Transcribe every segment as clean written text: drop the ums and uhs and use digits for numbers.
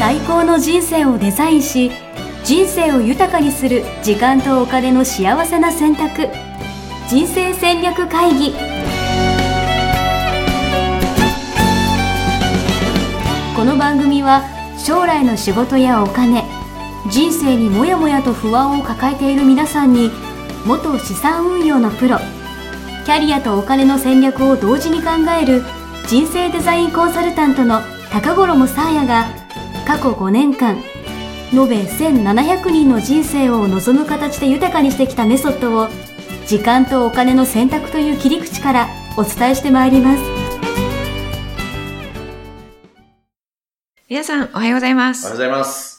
最高の人生をデザインし、人生を豊かにする時間とお金の幸せな選択。人生戦略会議。この番組は将来の仕事やお金、人生にもやもやと不安を抱えている皆さんに、元資産運用のプロ、キャリアとお金の戦略を同時に考える人生デザインコンサルタントの高衣沙耶が、過去5年間延べ1700人の人生を望む形で豊かにしてきたメソッドを、時間とお金の選択という切り口からお伝えしてまいります。 皆さんおはようございます。 おはようございます。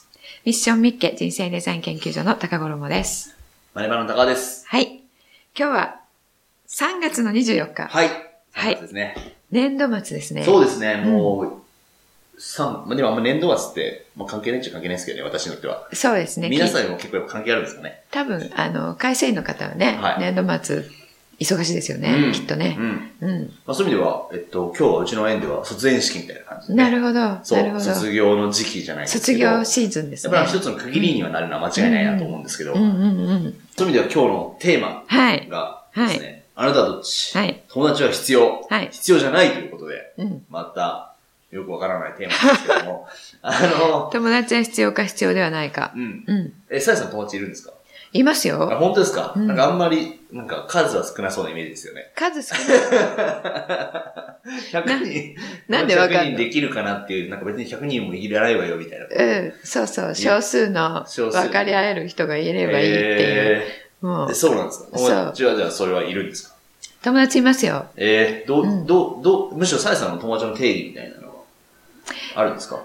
ミッションミッケ人生デザイン研究所の高衣です。 マネバの高です。 はい。今日は3月の24日。 はい。3月ですね。はい、 年度末ですね。 そうですね。もう、でもあんま年度末って、関係ないっちゃ関係ないですけどね、私にとっては。 そうですね。 皆さんにも結構関係あるんですかね。 多分、会社員の方はね、はい、年度末、忙しいですよね、きっとね。 そういう意味では、今日はうちの園では卒園式みたいな感じで、ね。 なるほど。 そう、卒業の時期じゃないですけど。 卒業シーズンですね。 やっぱり一つの区切りにはなるのは間違いないなと思うんですけど、そういう意味では今日のテーマがですね、あなたはどっち、友達は必要、必要じゃないということで、また、よくわからないテーマですけども、 友達は必要か必要ではないか。 さやさん友達いるんですか？ いますよ。 本当ですか？なんかあんまり、数は少なそうなイメージですよね。 数少ない。 100人。 なんでわかるの？ 100人できるかなっていう、なんか別に100人もいらないわよみたいな。 そうそう。少数の分かり合える人がいればいいっていう。 そうなんですか？友達はじゃあそれはいるんですか？ 友達いますよ。 むしろさやさんの友達の定義みたいなのはあるんですか？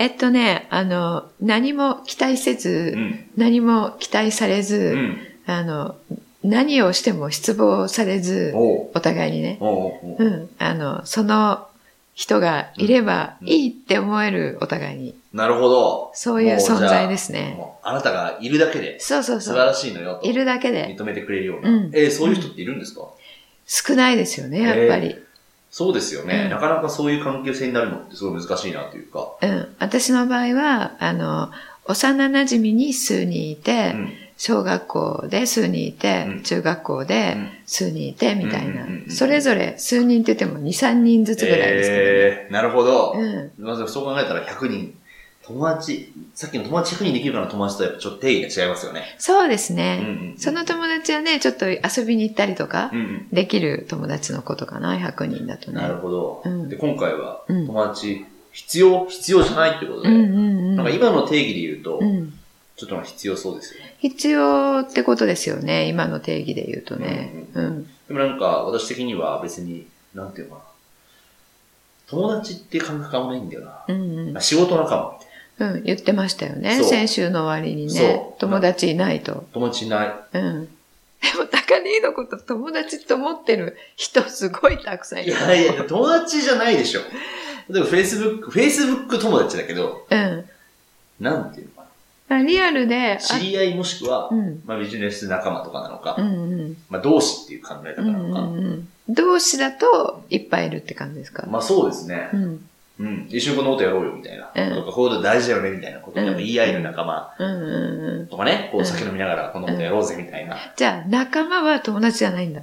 何も期待せず、何も期待されず、何をしても失望されず、お互いにね、その人がいればいいって思えるお互いに。 なるほど。 そういう存在ですね。 あなたがいるだけで、素晴らしいのよと。 いるだけで。 認めてくれるような。そういう人っているんですか？ 少ないですよね、やっぱり。 そうですよね、なかなかそういう関係性になるのってすごい難しいなというか。 私の場合は、幼馴染に数人いて、小学校で数人いて、中学校で数人いて、みたいな。それぞれ数人って言っても2、3人ずつぐらいですけど、 なるほど。まずそう考えたら100人。さっきの友達100人できるかな友達とやっぱちょっと定義が違いますよね。 そうですね。その友達はね、ちょっと遊びに行ったりとか、できる友達のことかな、100人だとね。 なるほど。で、今回は友達、必要じゃないってことで、なんか今の定義で言うと、ちょっと必要そうですよね。 必要ってことですよね、今の定義で言うとね。 でもなんか私的には別に、なんていうのかな。友達っていう感覚がないんだよな。仕事仲間みたいな。 言ってましたよね。先週の終わりにね。友達いないと。 友達いない。 でも、高根のこと友達と思ってる人すごいたくさんいる。 いや、友達じゃないでしょ。例えばFacebook 友達だけど、なんていうのかな。リアルで。 知り合いもしくは、ビジネス仲間とかなのか、同志っていう考え方なのか。 同志だといっぱいいるって感じですか？ そうですね。一緒にこのことやろうよみたいな。こういうこと大事だよねみたいなことでも言い合える仲間。とかね、こう酒飲みながらこのことやろうぜみたいな。 じゃあ仲間は友達じゃないんだ。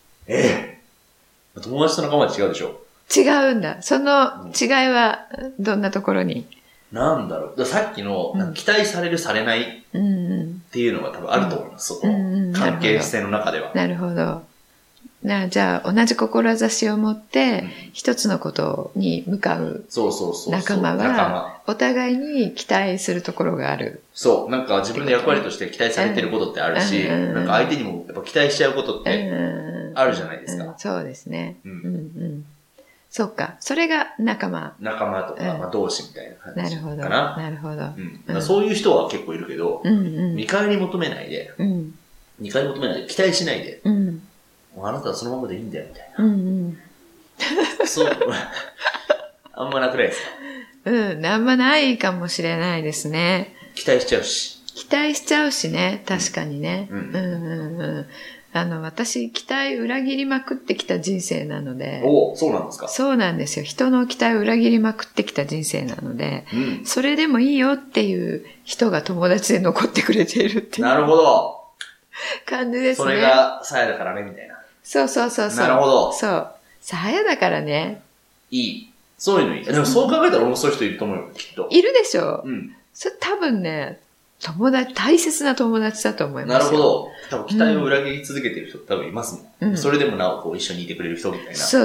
友達と仲間は違うでしょ？ 違うんだ。その違いはどんなところに？ なんだろう。さっきの期待されるされないっていうのが多分あると思います。そこの関係性の中では。 なるほど。じゃあ、同じ志を持って、一つのことに向かう仲間は、お互いに期待するところがある。 そう。なんか自分の役割として期待されてることってあるし、なんか相手にもやっぱ期待しちゃうことってあるじゃないですか。 そうですね。そっか。それが仲間。 仲間とか、同志みたいな感じかな。 なるほど。 そういう人は結構いるけど、見返り求めないで、期待しないで、あなたはそのままでいいんだよ、みたいな。そう。あんまなくないですか？ あんまないかもしれないですね。 期待しちゃうし。 期待しちゃうしね、確かにね。 私、期待裏切りまくってきた人生なので。 そうなんですか？ そうなんですよ。人の期待を裏切りまくってきた人生なので、それでもいいよっていう人が友達で残ってくれているっていう。 なるほど。 感じですね。 それがさやだからね、みたいな。 そう。 なるほど。 そう。さやだからね。 いい。そういうのいい。でもそう考えたら俺もそういう人いると思うよ、きっと。 いるでしょ？それ多分ね、大切な友達だと思いますよ。 なるほど。多分期待を裏切り続けてる人多分いますもん。それでもなお一緒にいてくれる人みたいな。 そう。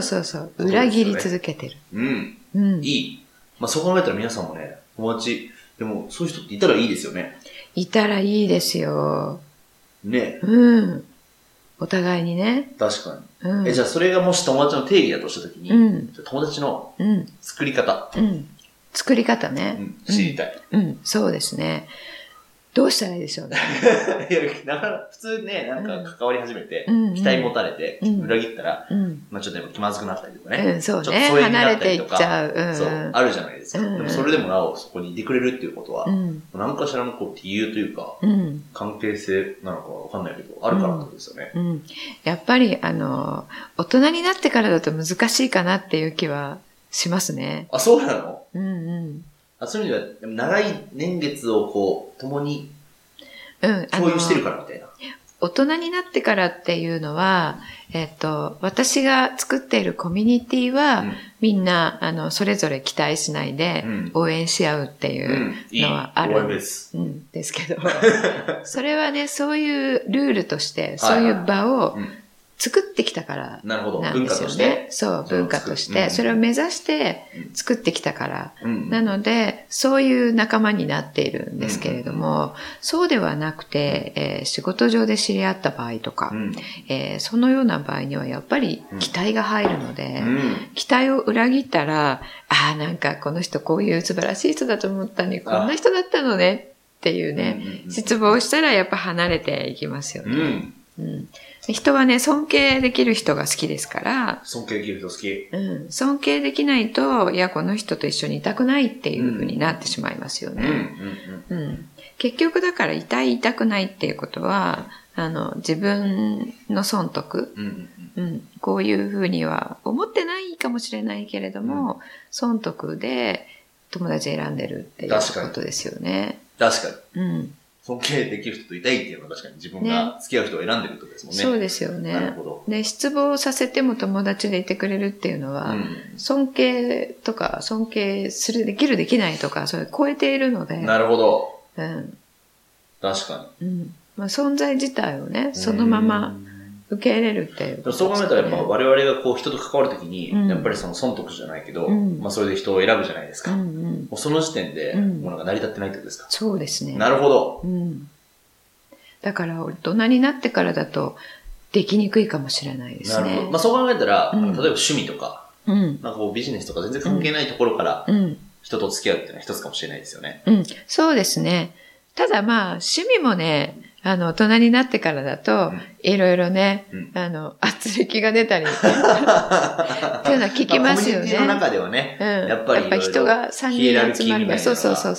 裏切り続けてる。 いい。そう考えたら皆さんもね、友達、でもそういう人っていたらいいですよね。 いたらいいですよ。 ね。 お互いにね。 確かに。じゃあそれがもし友達の定義だとしたときに、友達の作り方。 作り方ね。 知りたい。 そうですね。どうしたらいいでしょうね。 いや、だから普通ね、なんか関わり始めて、期待持たれて、裏切ったら、ちょっと気まずくなったりとかね。 そうね。離れていっちゃう。 そう、あるじゃないですか。でもそれでもなおそこにいてくれるっていうことは、何かしらの理由というか、関係性なのかわかんないけど、あるからってことですよね。 やっぱり、大人になってからだと難しいかなっていう気はしますね。 そうなの？そういう意味では、長い年月を共に共有してるからみたいな。 大人になってからっていうのは、私が作っているコミュニティは、みんな、それぞれ期待しないで、応援し合うっていうのはあるんですけど、それはね、そういうルールとして、そういう場を作ってきたからなんですよね。そう、文化として。それを目指して作ってきたから。なので、そういう仲間になっているんですけれども、そうではなくて、仕事上で知り合った場合とか、そのような場合にはやっぱり期待が入るので、期待を裏切ったら、なんかこの人こういう素晴らしい人だと思ったのに、こんな人だったのねっていうね、失望したらやっぱ離れていきますよね。人はね、尊敬できる人が好きですから。 尊敬できる人好き。 尊敬できないと、いや、この人と一緒にいたくないっていう風になってしまいますよね。結局だからいたくないっていうことは、自分の損得、こういう風には思ってないかもしれないけれども、損得で友達選んでるっていうことですよね。 確かに。尊敬できる人といたいっていうのは確かに自分が付き合う人を選んでるってことですもんね。 そうですよね。 なるほど。 ね、失望させても友達でいてくれるっていうのは、尊敬とか、尊敬する、できるできないとか、それ超えているので。 なるほど。確かに。存在自体をね、そのまま受け入れるっていう、 そう考えたらやっぱ我々が人と関わるときに、やっぱりその損得じゃないけど、それで人を選ぶじゃないですか。もうその時点で、もうなんか成り立ってないってことですか？ そうですね。 なるほど。 だから大人になってからだとできにくいかもしれないですね。なるほど。そう考えたら、例えば趣味とか、なんかビジネスとか全然関係ないところから、人と付き合うっていうのは一つかもしれないですよね。 そうですね。ただ趣味もね、大人になってからだと、いろいろね、圧力が出たり、っていうのは聞きますよね。 コミュニティの中ではね、やっぱり人が3人集まれば、そう。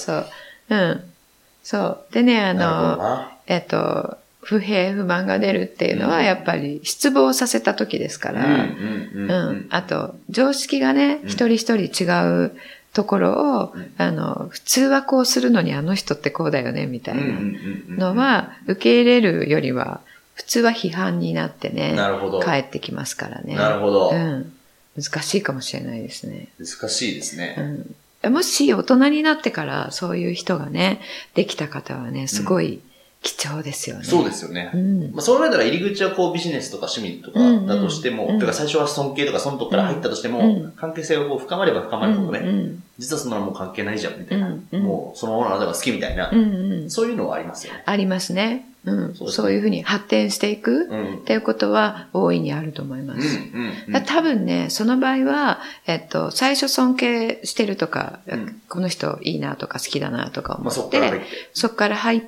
そう。でね、不平不満が出るっていうのは、やっぱり失望させた時ですから、あと、常識がね、一人一人違うところを、普通はこうするのにあの人ってこうだよね、みたいなのは、受け入れるよりは、普通は批判になってね、帰ってきますからね。 なるほど。 難しいかもしれないですね。 難しいですね。 もし大人になってからそういう人がね、できた方はね、すごい貴重ですよね。 そうですよね。そうなったら入り口はビジネスとか趣味とかだとしても、だから最初は尊敬とか損得から入ったとしても、関係性が深まれば深まるほどね、実はそんなのもう関係ないじゃんみたいな、もうそのままあなたが好きみたいな、そういうのはありますよね。 ありますね。そういうふうに発展していくっていうことは大いにあると思います。多分ね、その場合は、最初尊敬してるとか、この人いいなとか好きだなとか思って、そこから入って、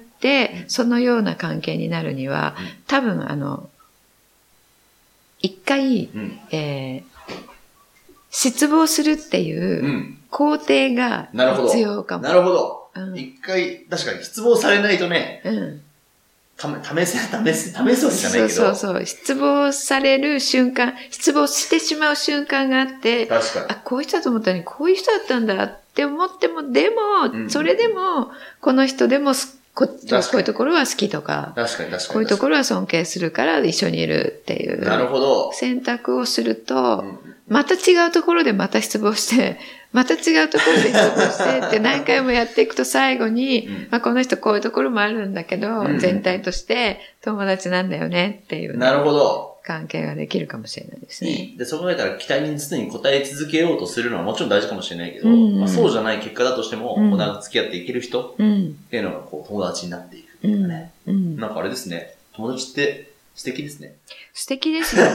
そのような関係になるには、多分一回、失望するっていう工程が必要かも。 なるほど。一回、確かに失望されないとね、 試すわけじゃないけど。 そう。失望される瞬間、失望してしまう瞬間があって、 確かに。 こういう人だと思ったのに、こういう人だったんだって思っても、でも、それでも、この人でもこういうところは好きとか、 確かに。 こういうところは尊敬するから一緒にいるっていう。 なるほど。 選択をすると、また違うところでまた失望して、また違うところで失望してって何回もやっていくと最後に、この人こういうところもあるんだけど、全体として友達なんだよねっていう、 なるほど。 関係ができるかもしれないですね。 で、そう考えたら期待に常に応え続けようとするのはもちろん大事かもしれないけど、そうじゃない結果だとしても、長く付き合っていける人っていうのが友達になっていくっていうかね。なんかあれですね、友達って素敵ですね。 素敵ですよ。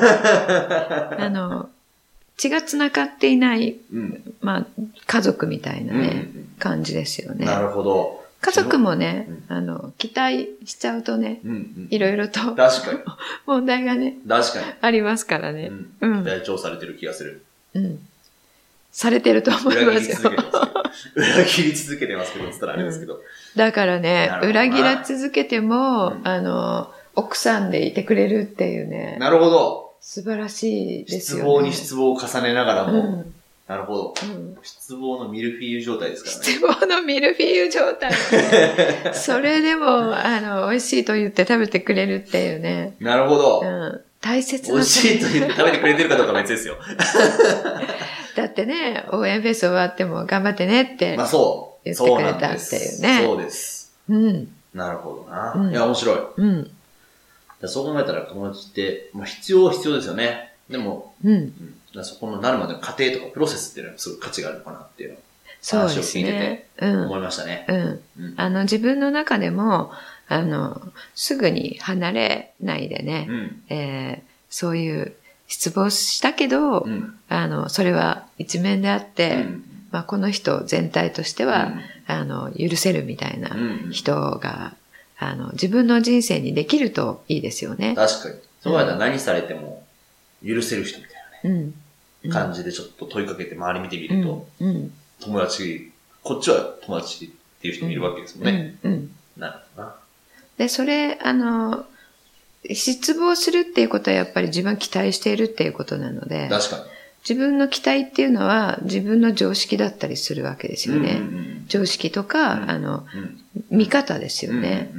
血が繋がっていない、家族みたいなね、感じですよね。 なるほど。 家族もね、期待しちゃうとね、いろいろと、 確かに。 問題がね、 確かに。 ありますからね。 期待調されてる気がする。 されてると思いますよ。 裏切り続けてますけど、つったらあれですけど。 だからね、裏切ら続けても、奥さんでいてくれるっていうね。 なるほど。 素晴らしいですよね。 失望に失望を重ねながらも、なるほど、失望のミルフィーユ状態ですからね。 失望のミルフィーユ状態、ね。それでも、美味しいと言って食べてくれるっていうね。 なるほど。 大切な。 美味しいと言って食べてくれてるかどうかは別ですよ。 だってね、応援フェス終わっても頑張ってねって言ってくれたっていうね。 そうです。なるほどな。いや、面白い。そう考えたら友達って、必要ですよね。でも、そこのなるまでの過程とかプロセスっていうのはすごい価値があるのかなっていうのを話を聞いてて思いましたね。 自分の中でも、すぐに離れないでね、そういう失望したけど、それは一面であって、この人全体としては、許せるみたいな人が、自分の人生にできるといいですよね。 確かに。そうやったら何されても許せる人みたいなね。感じでちょっと問いかけて周り見てみると、友達、こっちは友達っていう人もいるわけですもんね。なるほどな。 で、それ、失望するっていうことはやっぱり自分は期待しているっていうことなので、 確かに。 自分の期待っていうのは自分の常識だったりするわけですよね。常識とか、見方ですよね。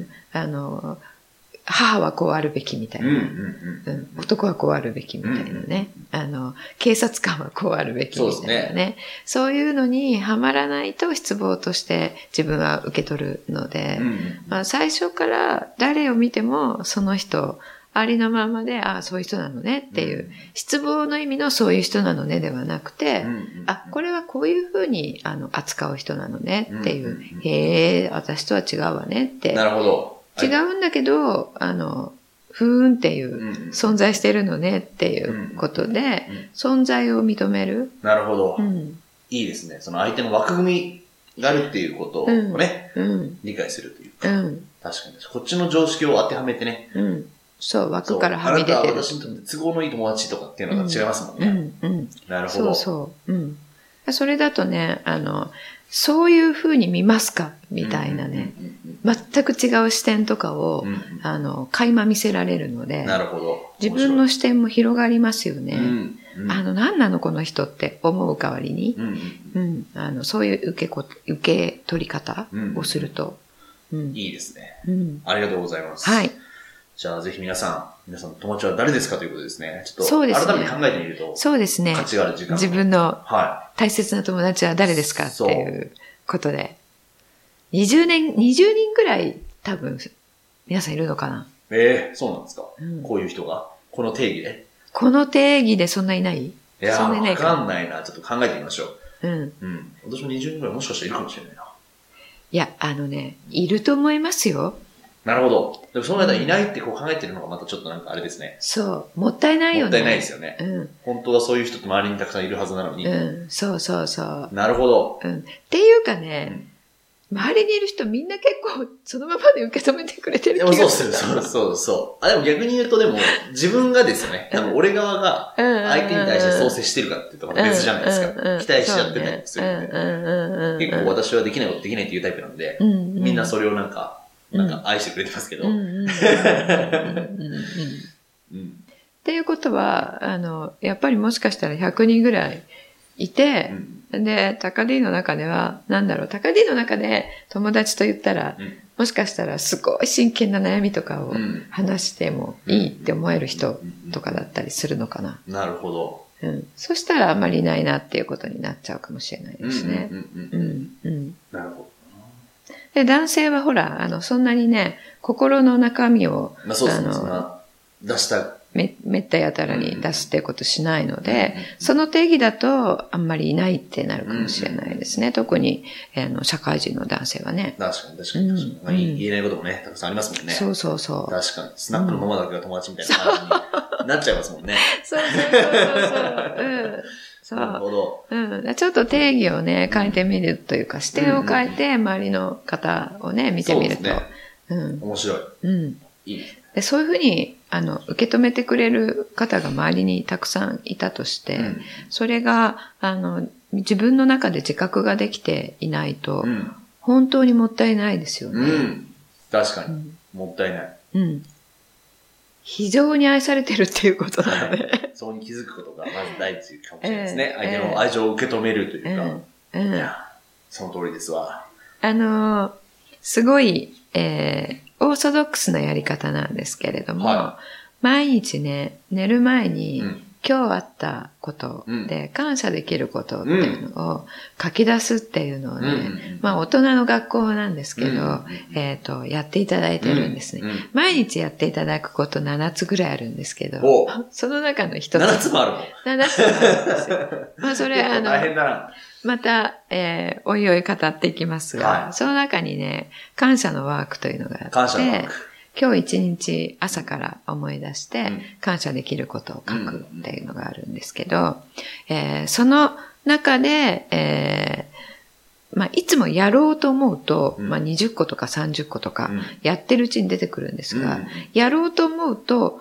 母はこうあるべきみたいな。男はこうあるべきみたいなね。警察官はこうあるべきみたいなね。そういうのにはまらないと失望として自分は受け取るので、最初から誰を見てもその人、ありのままで、そういう人なのねっていう、失望の意味のそういう人なのねではなくて、これはこういうふうに扱う人なのねっていう、へえ、私とは違うわねって。 なるほど。 違うんだけど、ふーんっていう存在してるのねっていうことで、存在を認める。 なるほど。いいですね。その相手の枠組みがあるっていうことをね、理解するというか。確かに。こっちの常識を当てはめてね。 そう、枠からはみ出てる。 あなたは私にとって都合のいい友達とかっていうのが違いますもんね。なるほど。 そう。それだとね、そういう風に見ますかみたいなね、全く違う視点とかを、垣間見せられるので、 なるほど。 自分の視点も広がりますよね。何なのこの人って思う代わりに、そういう受け取り方をすると。 いいですね。ありがとうございます。 はい。 じゃあぜひ皆さんの友達は誰ですかということですね。ちょっと改めて考えてみると、 そうですね。 価値がある時間。 自分の大切な友達は誰ですかっていうことで。20人くらい多分皆さんいるのかな。 そうなんですか。こういう人がこの定義で。 この定義でそんないない？ いや、わかんないな。ちょっと考えてみましょう。私も20人くらいもしかしたらいるかもしれないな。 いや、いると思いますよ。 なるほど。でもその間いないってこう考えてるのがまたちょっとなんかあれですね。 そう。もったいないよね。 もったいないですよね。本当はそういう人って周りにたくさんいるはずなのに。 そう。 なるほど。 っていうかね、周りにいる人みんな結構そのままで受け止めてくれてる気がする。 そう。でも逆に言うとでも自分がですよね。多分俺側が相手に対してそう接してるかっていうと別じゃないですか。期待しちゃってたりするんで。結構私はできないことできないっていうタイプなんで、みんなそれをなんか、 なんか愛してくれてますけど。 っていうことは、やっぱりもしかしたら100人ぐらいいて、で、高 D の中では、高 D の中で友達と言ったら、もしかしたらすごい真剣な悩みとかを話してもいいって思える人とかだったりするのかな。 なるほど。 そしたらあんまりいないなっていうことになっちゃうかもしれないですね。 なるほど。 で、男性はほら、そんなにね、心の中身を、 出しためったやたらに出すっていうことしないので、その定義だとあんまりいないってなるかもしれないですね。特に、社会人の男性はね。 確かに。言えないこともね、たくさんありますもんね。 そう。 確かに。スナックのママだけが友達みたいな感じになっちゃいますもんね。 そう。 なるほど。 ちょっと定義をね、変えてみるというか、視点を変えて周りの方をね、見てみると。 面白い。いいで。そういうふうに、受け止めてくれる方が周りにたくさんいたとして、それが、自分の中で自覚ができていないと、本当にもったいないですよね。 確かに。もったいない。 非常に愛されてるっていうことなので。 そうに気づくことがまず第一かもしれないですね。相手の愛情を受け止めるというか。いや、その通りですわ。 すごい、オーソドックスなやり方なんですけれども、毎日ね、寝る前に、今日あったことで感謝できることっていうのを書き出すっていうのをね、大人の学校なんですけど、やっていただいてるんですね。毎日やっていただくこと7つぐらいあるんですけど、その中の1つ。 7つもあるの ?7 つもあるんですよ。それ大変だな。 また、おいおい語っていきますが、その中にね、感謝のワークというのがあって、 感謝のワーク。 今日一日朝から思い出して感謝できることを書くっていうのがあるんですけど、その中で、いつもやろうと思うと、20個とか30個とかやってるうちに出てくるんですが、やろうと思うと、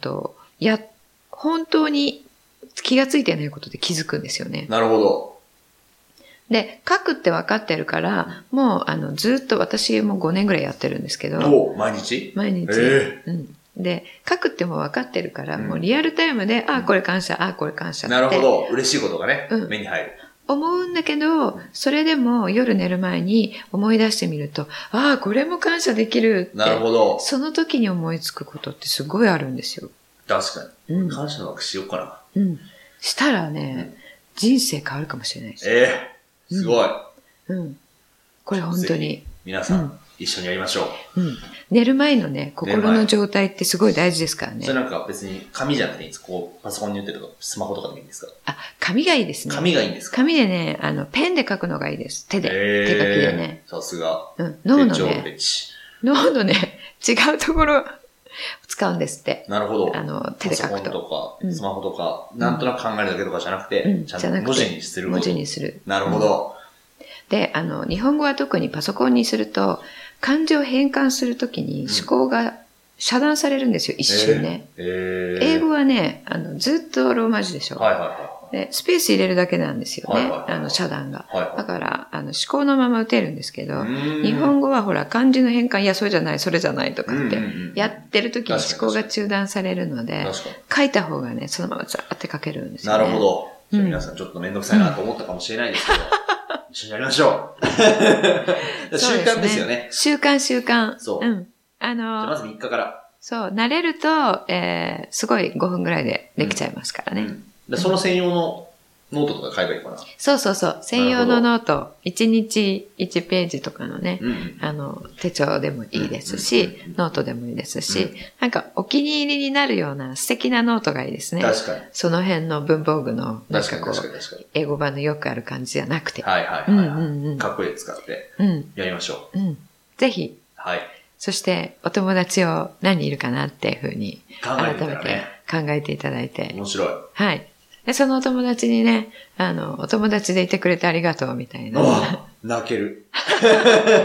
本当に気がついてないことで気づくんですよね。 なるほど。 で、書くって分かってるから、もう、ずっと私も5年ぐらいやってるんですけど。 毎日？ 毎日。で、書くっても分かってるから、もうリアルタイムで、これ感謝、これ感謝って。 なるほど。嬉しいことがね、目に入る。 思うんだけど、それでも夜寝る前に思い出してみると、これも感謝できるって。 なるほど。 その時に思いつくことってすごいあるんですよ。 確かに。感謝のワークしようかな。 したらね、人生変わるかもしれないです。 すごい。 これ本当に。 皆さん、一緒にやりましょう。寝る前のね、心の状態ってすごい大事ですからね。 それなんか別に紙じゃなくていいんですか？パソコンに打ってるとか、スマホとかでもいいんですか？ 紙がいいですね。 紙がいいんですか？ 紙でね、ペンで書くのがいいです。手で。手書きでね。 さすが。 脳のね、違うところ、使うんですって。 なるほど。 手で書くと。 パソコンとか、スマホとか、なんとなく考えるだけとかじゃなくて、ちゃんと文字にする。 文字にする。 なるほど。 で、日本語は特にパソコンにすると、漢字を変換するときに思考が遮断されるんですよ、一瞬ね。英語はね、ずっとローマ字でしょ。で、スペース入れるだけなんですよね、遮断が。だから、思考のまま打てるんですけど、日本語はほら、漢字の変換、いや、それじゃない、それじゃないとかって、やってる時に思考が中断されるので、書いた方がね、そのままザーって書けるんですよね。 なるほど。皆さんちょっとめんどくさいなと思ったかもしれないですけど、一緒にやりましょう。習慣ですよね。 習慣。 そう。じゃあまず3日から。 そう、慣れると、すごい5分ぐらいでできちゃいますからね。 その専用のノートとか買えばいいかな。 そう。専用のノート、1日1ページとかのね、手帳でもいいですし、ノートでもいいですし、なんかお気に入りになるような素敵なノートがいいですね。 確かに。 その辺の文房具の、なんかこう、英語版のよくある感じじゃなくて。 かっこいい使って、やりましょう。 ぜひ。 はい。 そして、お友達を何人いるかなっていうふうに、改めて考えていただいて。 面白い。 はい。で、そのお友達にね、お友達でいてくれてありがとうみたいな。 泣ける。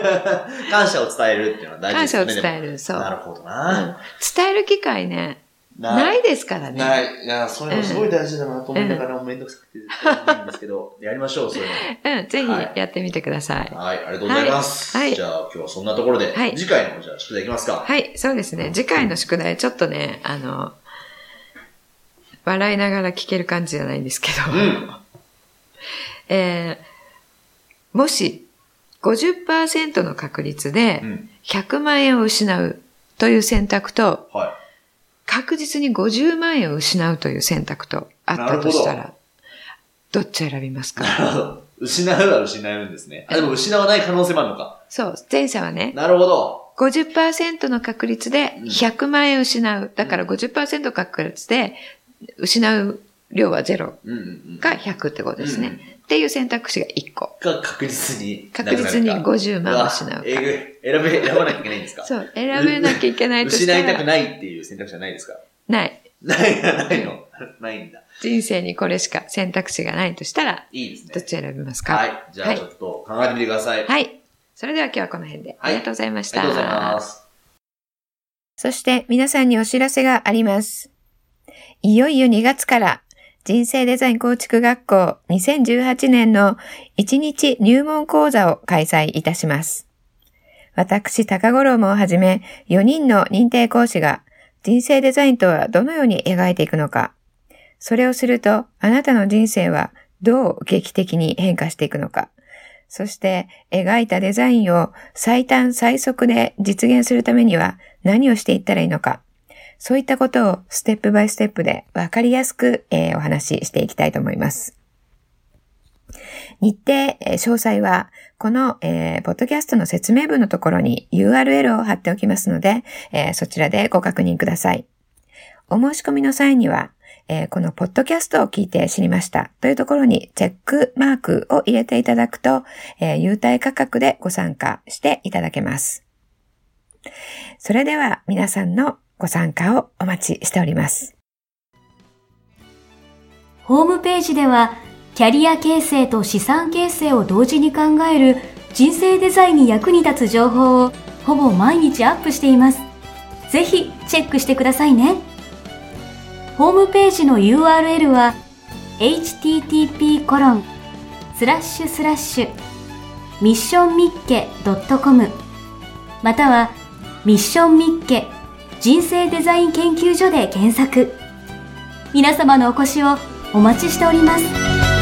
感謝を伝えるっていうのは大事ですね。 感謝を伝える、そう。 なるほどな。 伝える機会ね、 ないですからね。 ない。いや、そういうのすごい大事だなと思いながらめんどくさくて絶対ないんですけど、やりましょう、そういうの。ぜひやってみてください。 はい、ありがとうございます。はい。じゃあ今日はそんなところで、次回のじゃあ宿題いきますか。 はい、そうですね。次回の宿題、ちょっとね、笑いながら聞ける感じじゃないんですけど、もし 50% の確率で100万円を失うという選択と、確実に50万円を失うという選択とあったとしたら、どっち選びますか？ なるほど。失うは失うんですね。でも失わない可能性もあるのか。 そう、前者はね。 なるほど。 50% の確率で100万円を失う。だから 50% 確率で失う量は0か100ってことですね。っていう選択肢が1個。 が確実に 50万を失うか。 選ばなきゃいけないんですか？ そう、選べなきゃいけないとしたら。 失いたくないっていう選択肢はないですか？ ない。 ないの？ないんだ。 人生にこれしか選択肢がないとしたら、 いいですね。 どっち選びますか？ はい。じゃあちょっと考えてみてください。 はい。それでは今日はこの辺で。ありがとうございました。 ありがとうございます。 そして皆さんにお知らせがあります。いよいよ2月から人生デザイン構築学校2018年の1日入門講座を開催いたします。私、高五郎もはじめ4人の認定講師が人生デザインとはどのように描いていくのか、それをするとあなたの人生はどう劇的に変化していくのか、そして描いたデザインを最短最速で実現するためには何をしていったらいいのか、そういったことをステップバイステップでわかりやすく、お話ししていきたいと思います。日程、詳細はこの、ポッドキャストの説明文のところに URL を貼っておきますので、そちらでご確認ください。お申し込みの際には、このポッドキャストを聞いて知りましたというところにチェックマークを入れていただくと、優待価格でご参加していただけます。それでは皆さんのご参加をお待ちしております。 ホームページではキャリア形成と資産形成を同時に考える人生デザインに役に立つ情報をほぼ毎日アップしています。ぜひチェックしてくださいね。ホームページの URL は http://missionmicke.com またはミッションミッケ人生デザイン研究所で検索。皆様のお越しをお待ちしております。